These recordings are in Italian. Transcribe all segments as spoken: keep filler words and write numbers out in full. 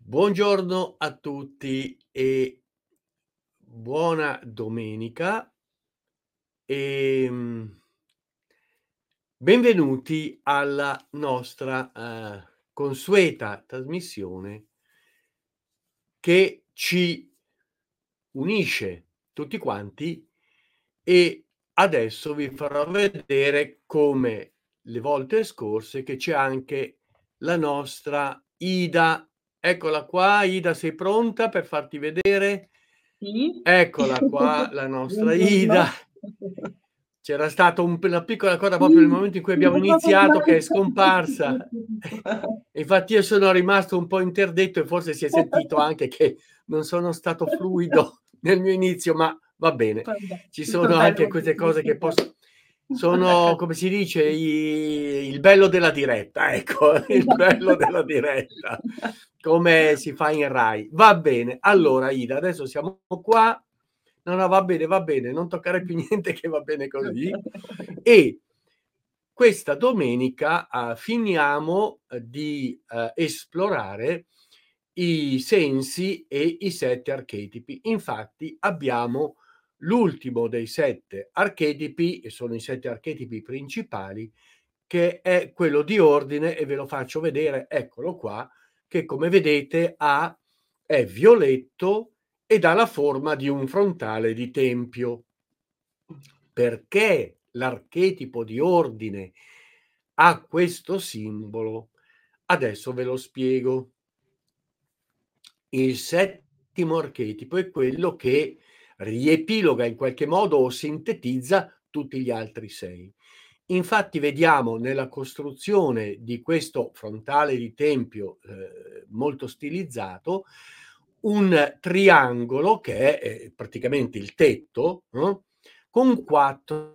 Buongiorno a tutti e buona domenica. Ehm, benvenuti alla nostra, ehm, consueta trasmissione che ci unisce tutti quanti e adesso vi farò vedere, come le volte scorse, che c'è anche la nostra Ida. Eccola qua. Ida, sei pronta per farti vedere? Sì. Eccola qua la nostra Ida. Buongiorno. C'era stato un p una piccola cosa proprio nel Sì, momento in cui sì, abbiamo è proprio iniziato, che è smarrita. scomparsa. E infatti io sono rimasto un po' interdetto e forse si è sentito anche che non sono stato fluido nel mio inizio, ma va bene. Vabbè, Ci tutto sono bene anche così, queste cose tutto che bene. posso sono, come si dice, i il bello della diretta, ecco, il bello della diretta, come si fa in Rai. Va bene, allora Ida, adesso siamo qua. No, no, va bene, va bene, non toccare più niente che va bene così. E questa domenica, uhm, finiamo, uhm, di, uhm, esplorare i sensi e i sette archetipi. Infatti abbiamo l'ultimo dei sette archetipi, e sono i sette archetipi principali, che è quello di ordine, e ve lo faccio vedere, eccolo qua, che come vedete ha è violetto ed ha la forma di un frontale di tempio. Perché l'archetipo di ordine ha questo simbolo? Adesso ve lo spiego. Il settimo archetipo è quello che riepiloga in qualche modo o sintetizza tutti gli altri sei. Infatti vediamo nella costruzione di questo frontale di tempio, ehm, molto stilizzato, un triangolo che è, ehm, praticamente il tetto, no, con quattro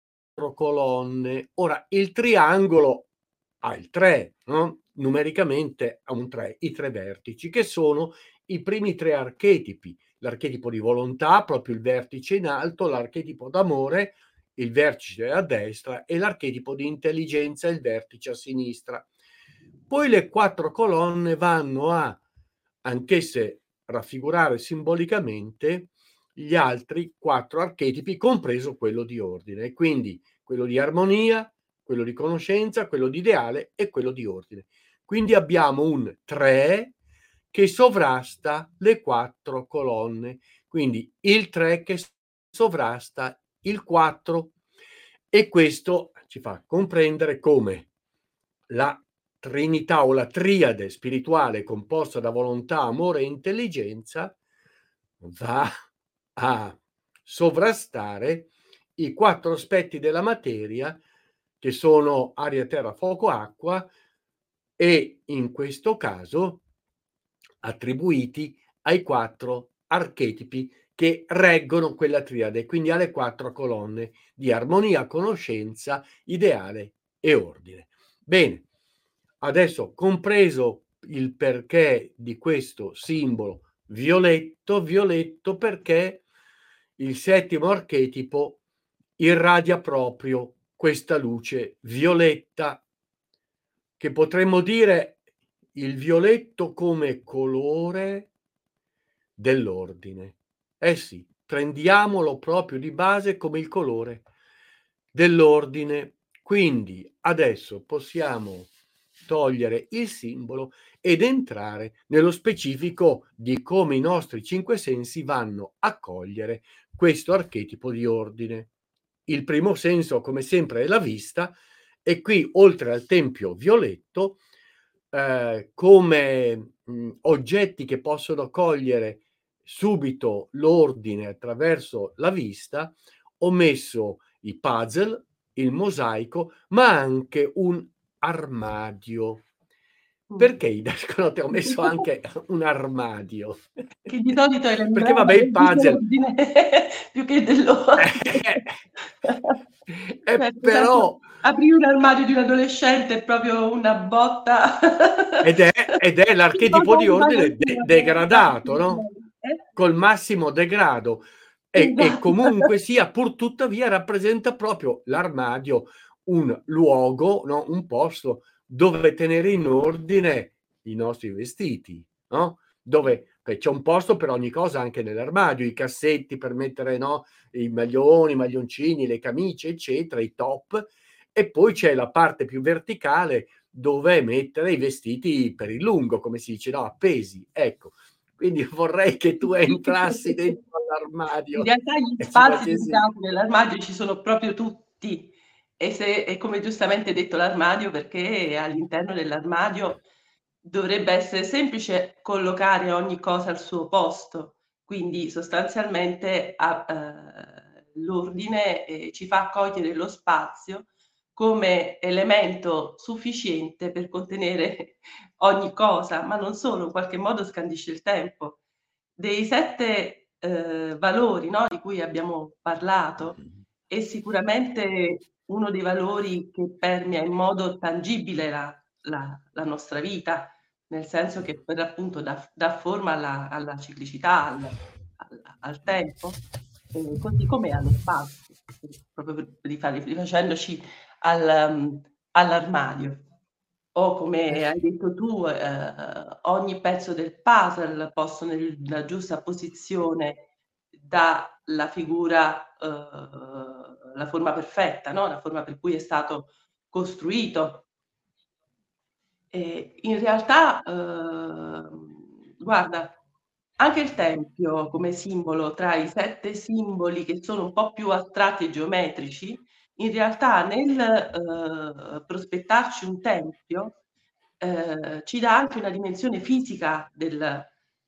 colonne. Ora il triangolo ha il tre, no, numericamente ha un tre, i tre vertici, che sono i primi tre archetipi: l'archetipo di volontà, proprio il vertice in alto, l'archetipo d'amore, il vertice a destra, e l'archetipo di intelligenza, il vertice a sinistra. Poi le quattro colonne vanno a, anch'esse, raffigurare simbolicamente gli altri quattro archetipi, compreso quello di ordine, quindi quello di armonia, quello di conoscenza, quello di ideale e quello di ordine. Quindi abbiamo un tre che sovrasta le quattro colonne, quindi il tre che sovrasta il quattro, e questo ci fa comprendere come la trinità o la triade spirituale composta da volontà, amore e intelligenza va a sovrastare i quattro aspetti della materia, che sono aria, terra, fuoco, acqua, e in questo caso attribuiti ai quattro archetipi che reggono quella triade, quindi alle quattro colonne di armonia, conoscenza, ideale e ordine. Bene, adesso compreso il perché di questo simbolo violetto, violetto perché il settimo archetipo irradia proprio questa luce violetta, che potremmo dire il violetto come colore dell'ordine. Eh sì, prendiamolo proprio di base come il colore dell'ordine. Quindi adesso possiamo togliere il simbolo ed entrare nello specifico di come i nostri cinque sensi vanno a cogliere questo archetipo di ordine. Il primo senso, come sempre, è la vista, e qui, oltre al tempio violetto, ehm, come, mhmm, oggetti che possono cogliere subito l'ordine attraverso la vista, ho messo i puzzle, il mosaico, ma anche un armadio. Mh. Perché Ida, secondo te ho messo anche un armadio? Che di solito è Perché l'emblema vabbè il del puzzle disordine più che dell'ordine. eh, eh, Certo, certo, però aprì un armadio di un adolescente è proprio una botta. ed è ed è Che cosa l'archetipo di rimane ordine de ancora aperta? degradato, no, Eh? col massimo degrado, e e Esatto. comunque sia, pur tuttavia rappresenta proprio l'armadio, un luogo, no, un posto dove tenere in ordine i nostri vestiti, no, dove beh, c'è un posto per ogni cosa anche nell'armadio, i cassetti per mettere, no, i maglioni, i maglioncini, le camicie, eccetera, i top, e poi c'è la parte più verticale dove mettere i vestiti per il lungo, come si dice, no, appesi, ecco. Quindi vorrei che tu entrassi dentro In all'armadio realtà gli e ci spazi facessi dedicati nell'armadio ci sono proprio tutti. E se e come giustamente hai detto l'armadio, perché all'interno dell'armadio dovrebbe essere semplice collocare ogni cosa al suo posto. Quindi sostanzialmente a ehm, l'ordine, ehm, ci fa cogliere lo spazio come elemento sufficiente per contenere ogni cosa, ma non solo, in qualche modo scandisce il tempo. Dei sette, ehm, valori, no, di cui abbiamo parlato, Mh-mh. è sicuramente uno dei valori che permea in modo tangibile la la la nostra vita, nel senso che per l'appunto dà f dà forma alla alla ciclicità, al al al tempo, ehm, così come allo spazio, proprio per rifa rifacendoci al mhmm, all'armadio. O Eh come hai sì. detto tu, ehm, ogni pezzo del puzzle posto nella giusta posizione dà la figura, uhm, la forma perfetta, no, la forma per cui è stato costruito. E in realtà, uhm, guarda, anche il tempio come simbolo, tra i sette simboli che sono un po' più astratti e geometrici, in realtà nel, uhm, prospettarci un tempio, ehm, ci dà anche una dimensione fisica del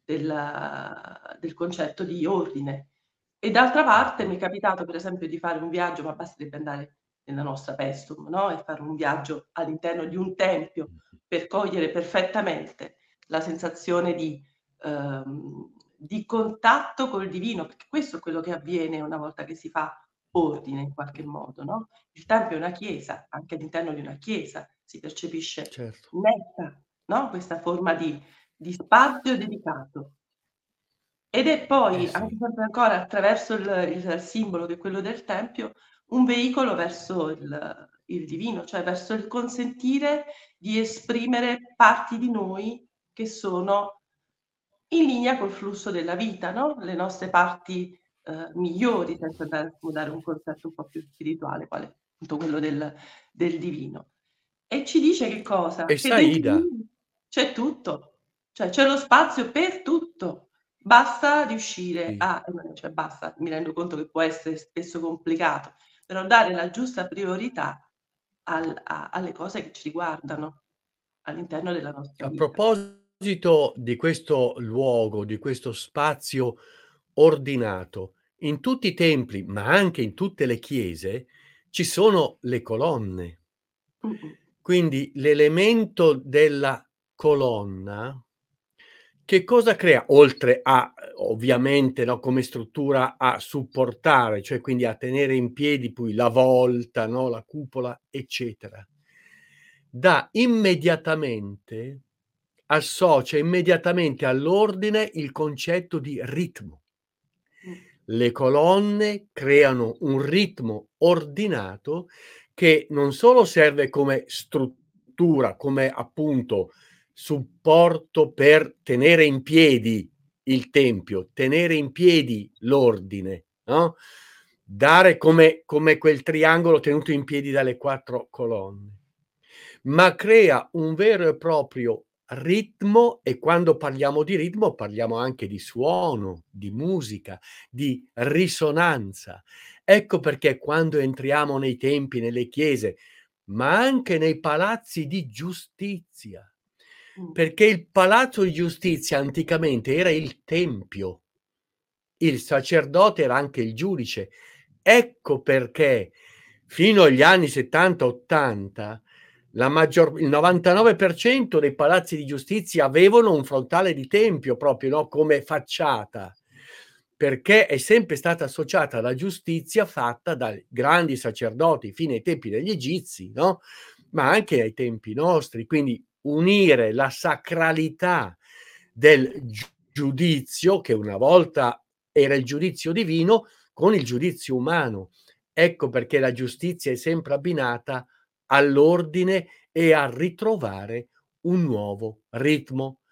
del del concetto di ordine. E d'altra parte Mh-mh. mi è capitato per esempio di fare un viaggio, ma basterebbe andare nella nostra Paestum, no, e fare un viaggio all'interno di un tempio Mh-mh. per cogliere perfettamente la sensazione di uhm, di contatto col divino, perché questo è quello che avviene una volta che si fa ordine in qualche modo, no, il tempio è una chiesa, anche all'interno di una chiesa si percepisce Certo. netta, no, questa forma di di spazio dedicato. Ed è Eh poi, anche sì. sempre ancora attraverso il il simbolo che è quello del tempio, un veicolo verso il il divino, cioè verso il consentire di esprimere parti di noi che sono in linea col flusso della vita, no, le nostre parti, uhm, migliori, senza andare a scomodare un concetto un po' più spirituale, quale appunto quello del del divino. E ci dice che cosa? E Che sai dentro di Ida noi c'è tutto, cioè c'è lo spazio per tutto. Basta riuscire sì. a ehm, cioè basta, mi rendo conto che può essere spesso complicato, però dare la giusta priorità al a alle cose che ci riguardano all'interno della nostra A vita. proposito di questo luogo, di questo spazio ordinato, in tutti i templi, ma anche in tutte le chiese, ci sono le colonne. Mh-mh. Quindi l'elemento della colonna che cosa crea? Oltre a, ehm, ovviamente, no, come struttura a supportare, cioè quindi a tenere in piedi poi la volta, no, la cupola, eccetera. Dà immediatamente associa immediatamente all'ordine il concetto di ritmo. Mh. Le colonne creano un ritmo ordinato che non solo serve come struttura, come appunto supporto per tenere in piedi il tempio, tenere in piedi l'ordine, no, dare come come quel triangolo tenuto in piedi dalle quattro colonne, ma crea un vero e proprio ritmo e quando parliamo di ritmo parliamo anche di suono, di musica, di risonanza. Ecco perché quando entriamo nei templi, nelle chiese, ma anche nei palazzi di giustizia, Mh. perché il palazzo di giustizia anticamente era il tempio, il sacerdote era anche il giudice. Ecco perché fino agli anni 'settanta, 'ottanta la maggior il novantanove per cento dei palazzi di giustizia avevano un frontale di tempio proprio, no, come facciata, perché è sempre stata associata alla giustizia fatta dai grandi sacerdoti fino ai tempi degli egizi, no, ma anche ai tempi nostri. Quindi unire la sacralità del giu giudizio, che una volta era il giudizio divino, con il giudizio umano. Ecco perché la giustizia è sempre abbinata all'ordine e a ritrovare un nuovo ritmo.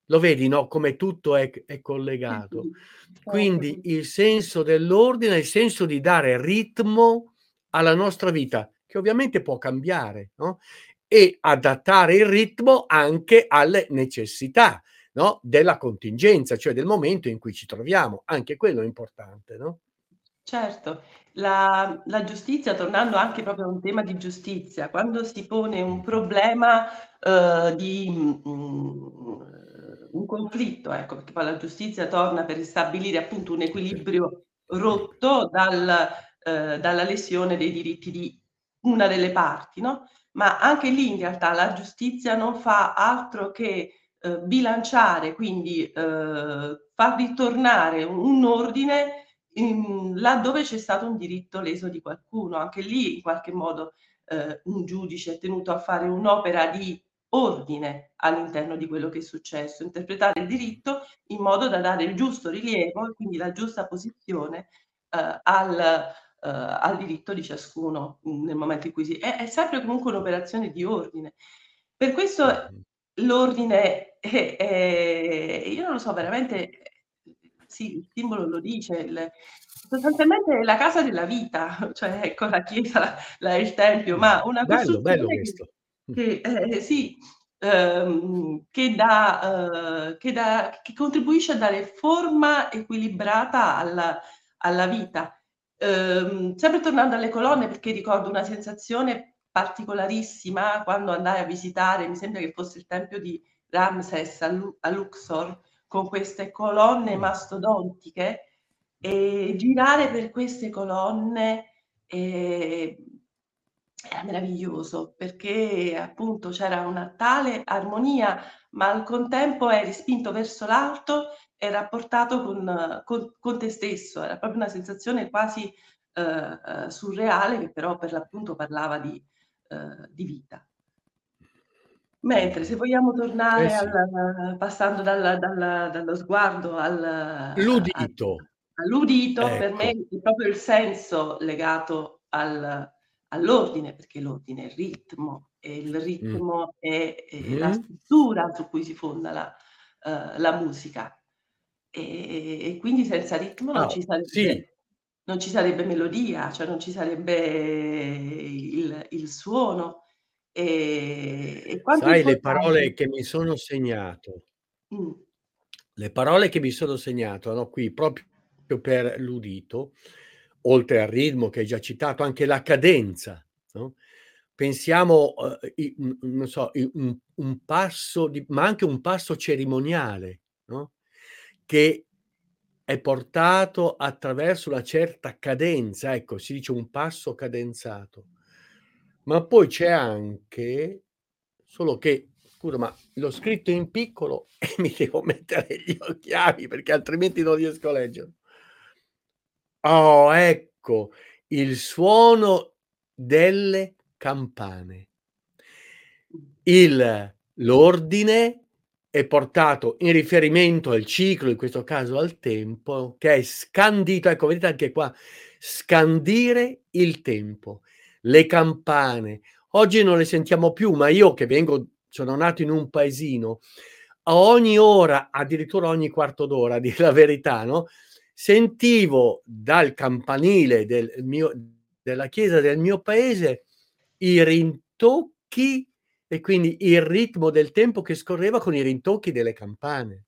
Lo vedi, no, come tutto è c è Sì, collegato. sì, certo, Quindi sì. il senso dell'ordine è il senso di dare ritmo alla nostra vita, che ovviamente può cambiare, no, e adattare il ritmo anche alle necessità, no, della contingenza, cioè del momento in cui ci troviamo. Anche quello è importante, no? Certo, la la giustizia, tornando anche proprio a un tema di giustizia, quando si pone un Mh-mh. problema, uhm, di mhmm, un conflitto, ecco, perché poi la giustizia torna per ristabilire appunto un Sì, sì. equilibrio rotto dal uhm, dalla lesione dei diritti di una delle parti, no, ma anche lì in realtà la giustizia non fa altro che, uhm, bilanciare, quindi, uhm, far ritornare un ordine in laddove c'è stato un diritto leso di qualcuno. Anche lì in qualche modo, uhm, un giudice è tenuto a fare un'opera di ordine all'interno di quello che è successo, interpretare il diritto in modo da dare il giusto rilievo e quindi la giusta posizione, uhm, al uhm, al diritto di ciascuno, mhmm, nel momento in cui si è è sempre comunque un'operazione di ordine. Per questo Mh-mh. l'ordine è è io non lo so veramente, ehm, sì, il simbolo lo dice, il sostanzialmente è la casa della vita, cioè ecco la chiesa, la il tempio, Mh. ma una Bello, bello costruzione che questo. Mh. che eh, sì, uhm, che dà uhm, che dà che contribuisce a dare forma equilibrata alla alla vita. Uhm, sempre tornando alle colonne, perché ricordo una sensazione particolarissima quando andai a visitare, mi sembra che fosse il tempio di Ramses a Lu a Luxor, con queste colonne Mh. mastodontiche, e girare per queste colonne, ehm, era meraviglioso, perché appunto c'era una tale armonia, ma al contempo eri spinto verso l'alto e rapportato con con con te stesso. Era proprio una sensazione quasi, uhm, uhm, surreale che però per l'appunto parlava di uhm, di vita. Mentre se Mh-mh. vogliamo Eh tornare sì. al passando dal dal dallo sguardo al al L'udito, all'udito, per me ecco. è proprio il senso legato al all'ordine, perché l'ordine è ritmo e il Mh. ritmo è, ehm, la Mh-mh. struttura su cui si fonda la uhm, la musica. E e quindi senza ritmo non Ah, ci sì. sarebbe non ci sarebbe melodia, cioè non ci sarebbe il il suono. E e quanto è Sai le parole importante che mi sono segnato Mh. le parole che mi sono segnato, no, qui proprio per l'udito, oltre al ritmo che hai già citato, anche la cadenza, no, pensiamo, uhm, i n non so, i un un passo di ma anche un passo cerimoniale, no, che è portato attraverso una certa cadenza, ecco, si dice un passo cadenzato. Ma poi c'è anche solo che scusa, ma l'ho scritto in piccolo e mi devo mettere gli occhiali perché altrimenti non riesco a leggerlo. Oh, ecco, il suono delle campane. Mh. Il l'ordine è portato in riferimento al ciclo, in questo caso al tempo, che è scandito, ecco vedete anche qua, scandire il tempo. Le campane, oggi non le sentiamo più, ma io che vengo sono nato in un paesino, a ogni ora, addirittura ogni quarto d'ora a dir la verità, no, sentivo dal campanile del mio della chiesa del mio paese i rintocchi e quindi il ritmo del tempo che scorreva con i rintocchi delle campane.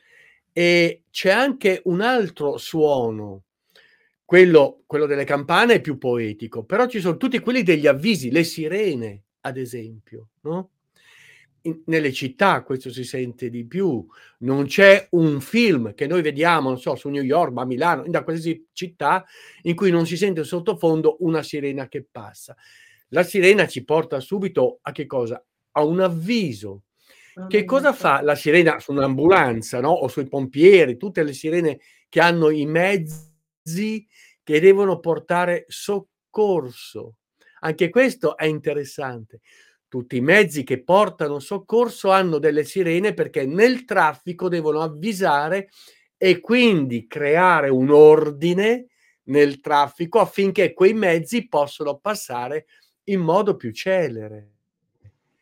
E c'è anche un altro suono, quello quello delle campane è più poetico, però ci son tutti quelli degli avvisi, le sirene ad esempio, no, in nelle città questo si sente di più. Non c'è un film che noi vediamo, non so, su New York, ma a Milano, da qualsiasi città, in cui non si sente sottofondo una sirena che passa. La sirena ci porta subito a che cosa? A un avviso. Che cosa fa la sirena su un'ambulanza, no, o sui pompieri, tutte le sirene che hanno i mezzi che devono portare soccorso. Anche questo è interessante. Tutti i mezzi che portano soccorso hanno delle sirene perché nel traffico devono avvisare e quindi creare un ordine nel traffico affinché quei mezzi possono passare in modo più celere.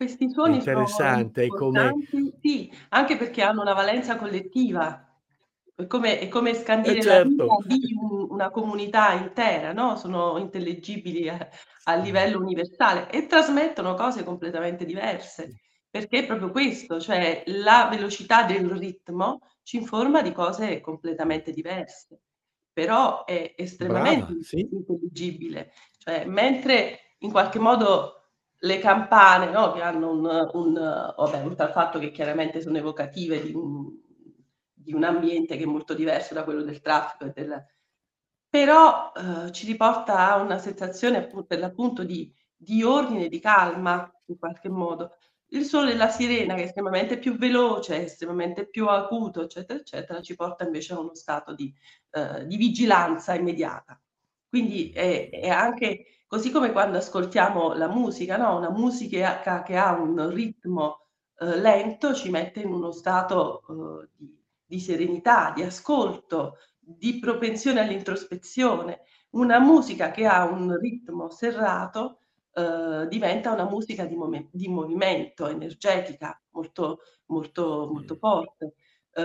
Questi È suoni sono interessante, è come importanti sì, anche perché hanno una valenza collettiva. È come è come Eh scandire la vita certo. di u una comunità intera, no, sono intellegibili a a Sì. livello universale e trasmettono cose completamente diverse. Sì. Perché è proprio questo, cioè la velocità del ritmo ci informa di cose Mh. completamente diverse, però è estremamente Brava, in sì. intelligibile. Cioè, mentre in qualche modo le campane, no, che hanno un un vabbè, oltre al fatto che chiaramente sono evocative di un di un ambiente che è molto diverso da quello del traffico e del però, uhm, ci riporta a una sensazione appu per l'appunto di di ordine, di calma in qualche modo. Il suono della Mh-mh. sirena che è estremamente più veloce, estremamente più acuto, eccetera, eccetera, ci porta invece a uno stato di uhm, di vigilanza immediata. Quindi è Mh-mh. è anche così come quando ascoltiamo la musica, no, una musica ca che ha un ritmo, uhm, lento ci mette in uno stato, uhm, di di serenità, di ascolto, di propensione all'introspezione. Una musica che ha un ritmo serrato, uhm, diventa una musica di mome di movimento, energetica, molto molto molto Mh. forte.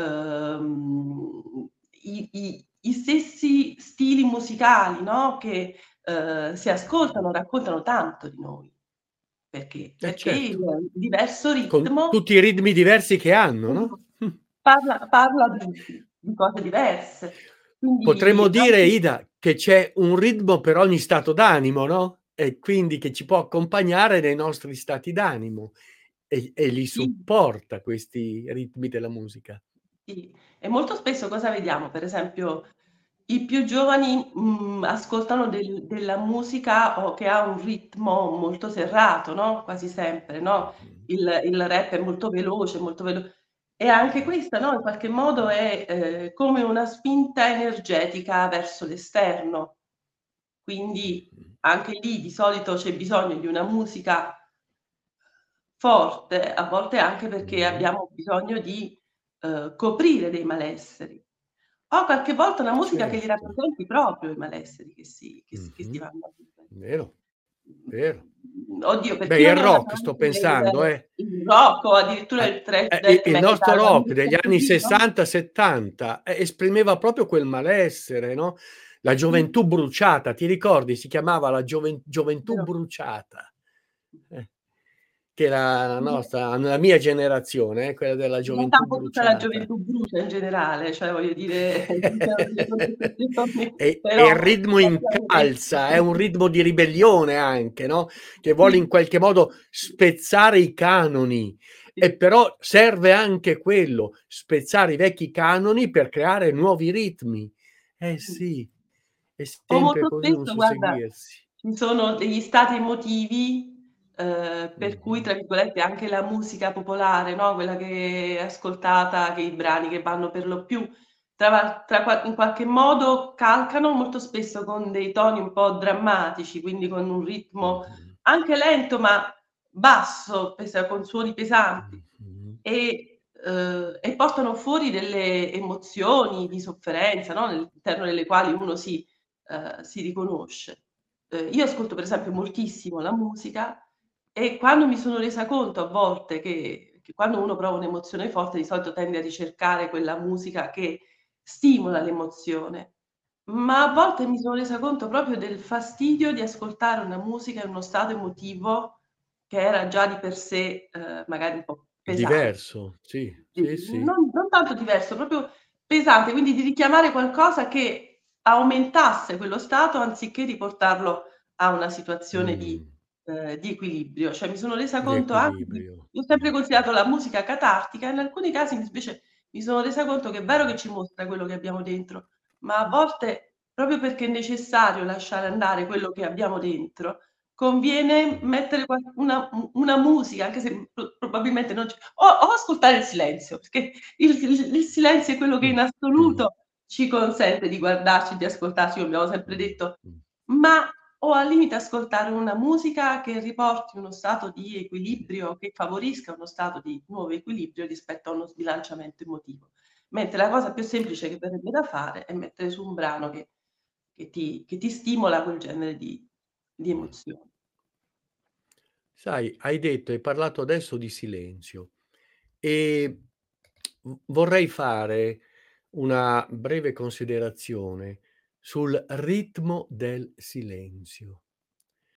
Uhm, i i i stessi stili musicali, no, che, uhm, si Mh-mh. ascoltano raccontano tanto di noi. Perché? Eh Perché il certo. diverso Con ritmo tutti i ritmi diversi che hanno, no? Mh. parla parla di di cose diverse. Quindi Potremmo dire, anche Ida, che c'è un ritmo per ogni stato d'animo, no, e quindi che ci può accompagnare nei nostri stati d'animo e e li Sì. supporta questi ritmi della musica. Sì, e molto spesso cosa vediamo? Per esempio i più giovani, mhmm, ascoltano del della musica o che ha un ritmo molto serrato, no, quasi sempre, no, Mh-mh. il il rap è molto veloce, molto velo e anche questa, no, in qualche modo è, ehm, come una spinta energetica verso l'esterno. Quindi Mh-mh. anche lì di solito c'è bisogno di una musica forte, a volte anche perché Mh-mh. abbiamo bisogno di, uhm, coprire dei malesseri. O qualche volta una musica che li Certo. rappresenti proprio i malesseri che si che si che si Mh-mh. vanno a vivere. Vero, vero. Mhmm, oddio, per Beh, chi il non è un rock sto amante pensando, del eh. il rock o addirittura A il thrash eh, i death il metal, nostro la rock musica degli anni così, no? sessanta settanta, eh, esprimeva proprio quel malessere, no, la Sì. gioventù bruciata, ti ricordi? Si chiamava la gioven gioventù Vero. bruciata. Eh. Che era la nostra la mia generazione, eh, quella della Diventa gioventù un po' tutta la bruciata. gioventù brucia in generale, cioè voglio dire esistono delle contestazioni, E e il però ritmo sappiamo che incalza, è un ritmo di ribellione anche, no, che vuole in qualche modo spezzare i canoni Sì. e però serve anche quello, spezzare i vecchi canoni per creare nuovi ritmi. Eh Mh. sì, è O sempre molto così un spesso guarda, susseguirsi. ci sono degli stati emotivi, uhm, per cui Mh-mh. tra virgolette anche la musica popolare, no, quella che è ascoltata, che i brani che vanno per lo più tra va tra qua in qualche modo calcano molto spesso con dei toni un po' drammatici, quindi con un ritmo Mh-mh. anche lento ma basso, pesa con suoni pesanti Mh-mh. e uhm, e portano fuori delle emozioni di sofferenza, no, all'interno delle quali uno si uhm, si riconosce. Uhm, io ascolto per esempio moltissimo la musica e quando mi sono resa conto a volte che che quando uno prova un'emozione forte di solito tende a ricercare quella musica che stimola l'emozione, ma a volte mi sono resa conto proprio del fastidio di ascoltare una musica in uno stato emotivo che era già di per sé, uhm, magari un po' pesan Diverso, sì, Sì, sì, sì. non non tanto diverso, proprio pesante, quindi di richiamare qualcosa che aumentasse quello stato anziché riportarlo a una situazione di Mh. ehm, di equilibrio. Cioè mi sono resa Di conto anche di equilibrio. io ho sempre Mh-mh. considerato la musica catartica, in alcuni casi invece mi sono resa conto che è vero che ci mostra quello che abbiamo dentro, ma a volte, proprio perché è necessario lasciare andare quello che abbiamo dentro, conviene Mh. mettere qual una u una musica, anche se pro probabilmente non c o o ascoltare il silenzio, perché il il il silenzio è quello che Mh. in Mh. assoluto ci consente di guardarci, di ascoltarci, come abbiamo sempre Mh. detto, Mh. ma o al limite ascoltare una musica che riporti uno stato di equilibrio, che favorisca uno stato di nuovo equilibrio rispetto a uno sbilanciamento emotivo. Mentre la cosa più semplice che verrebbe da fare è mettere su un brano che che ti che ti stimola quel genere di di Mh. emozioni. Sai, hai detto hai parlato adesso di silenzio e v vorrei fare una breve considerazione sul ritmo del silenzio.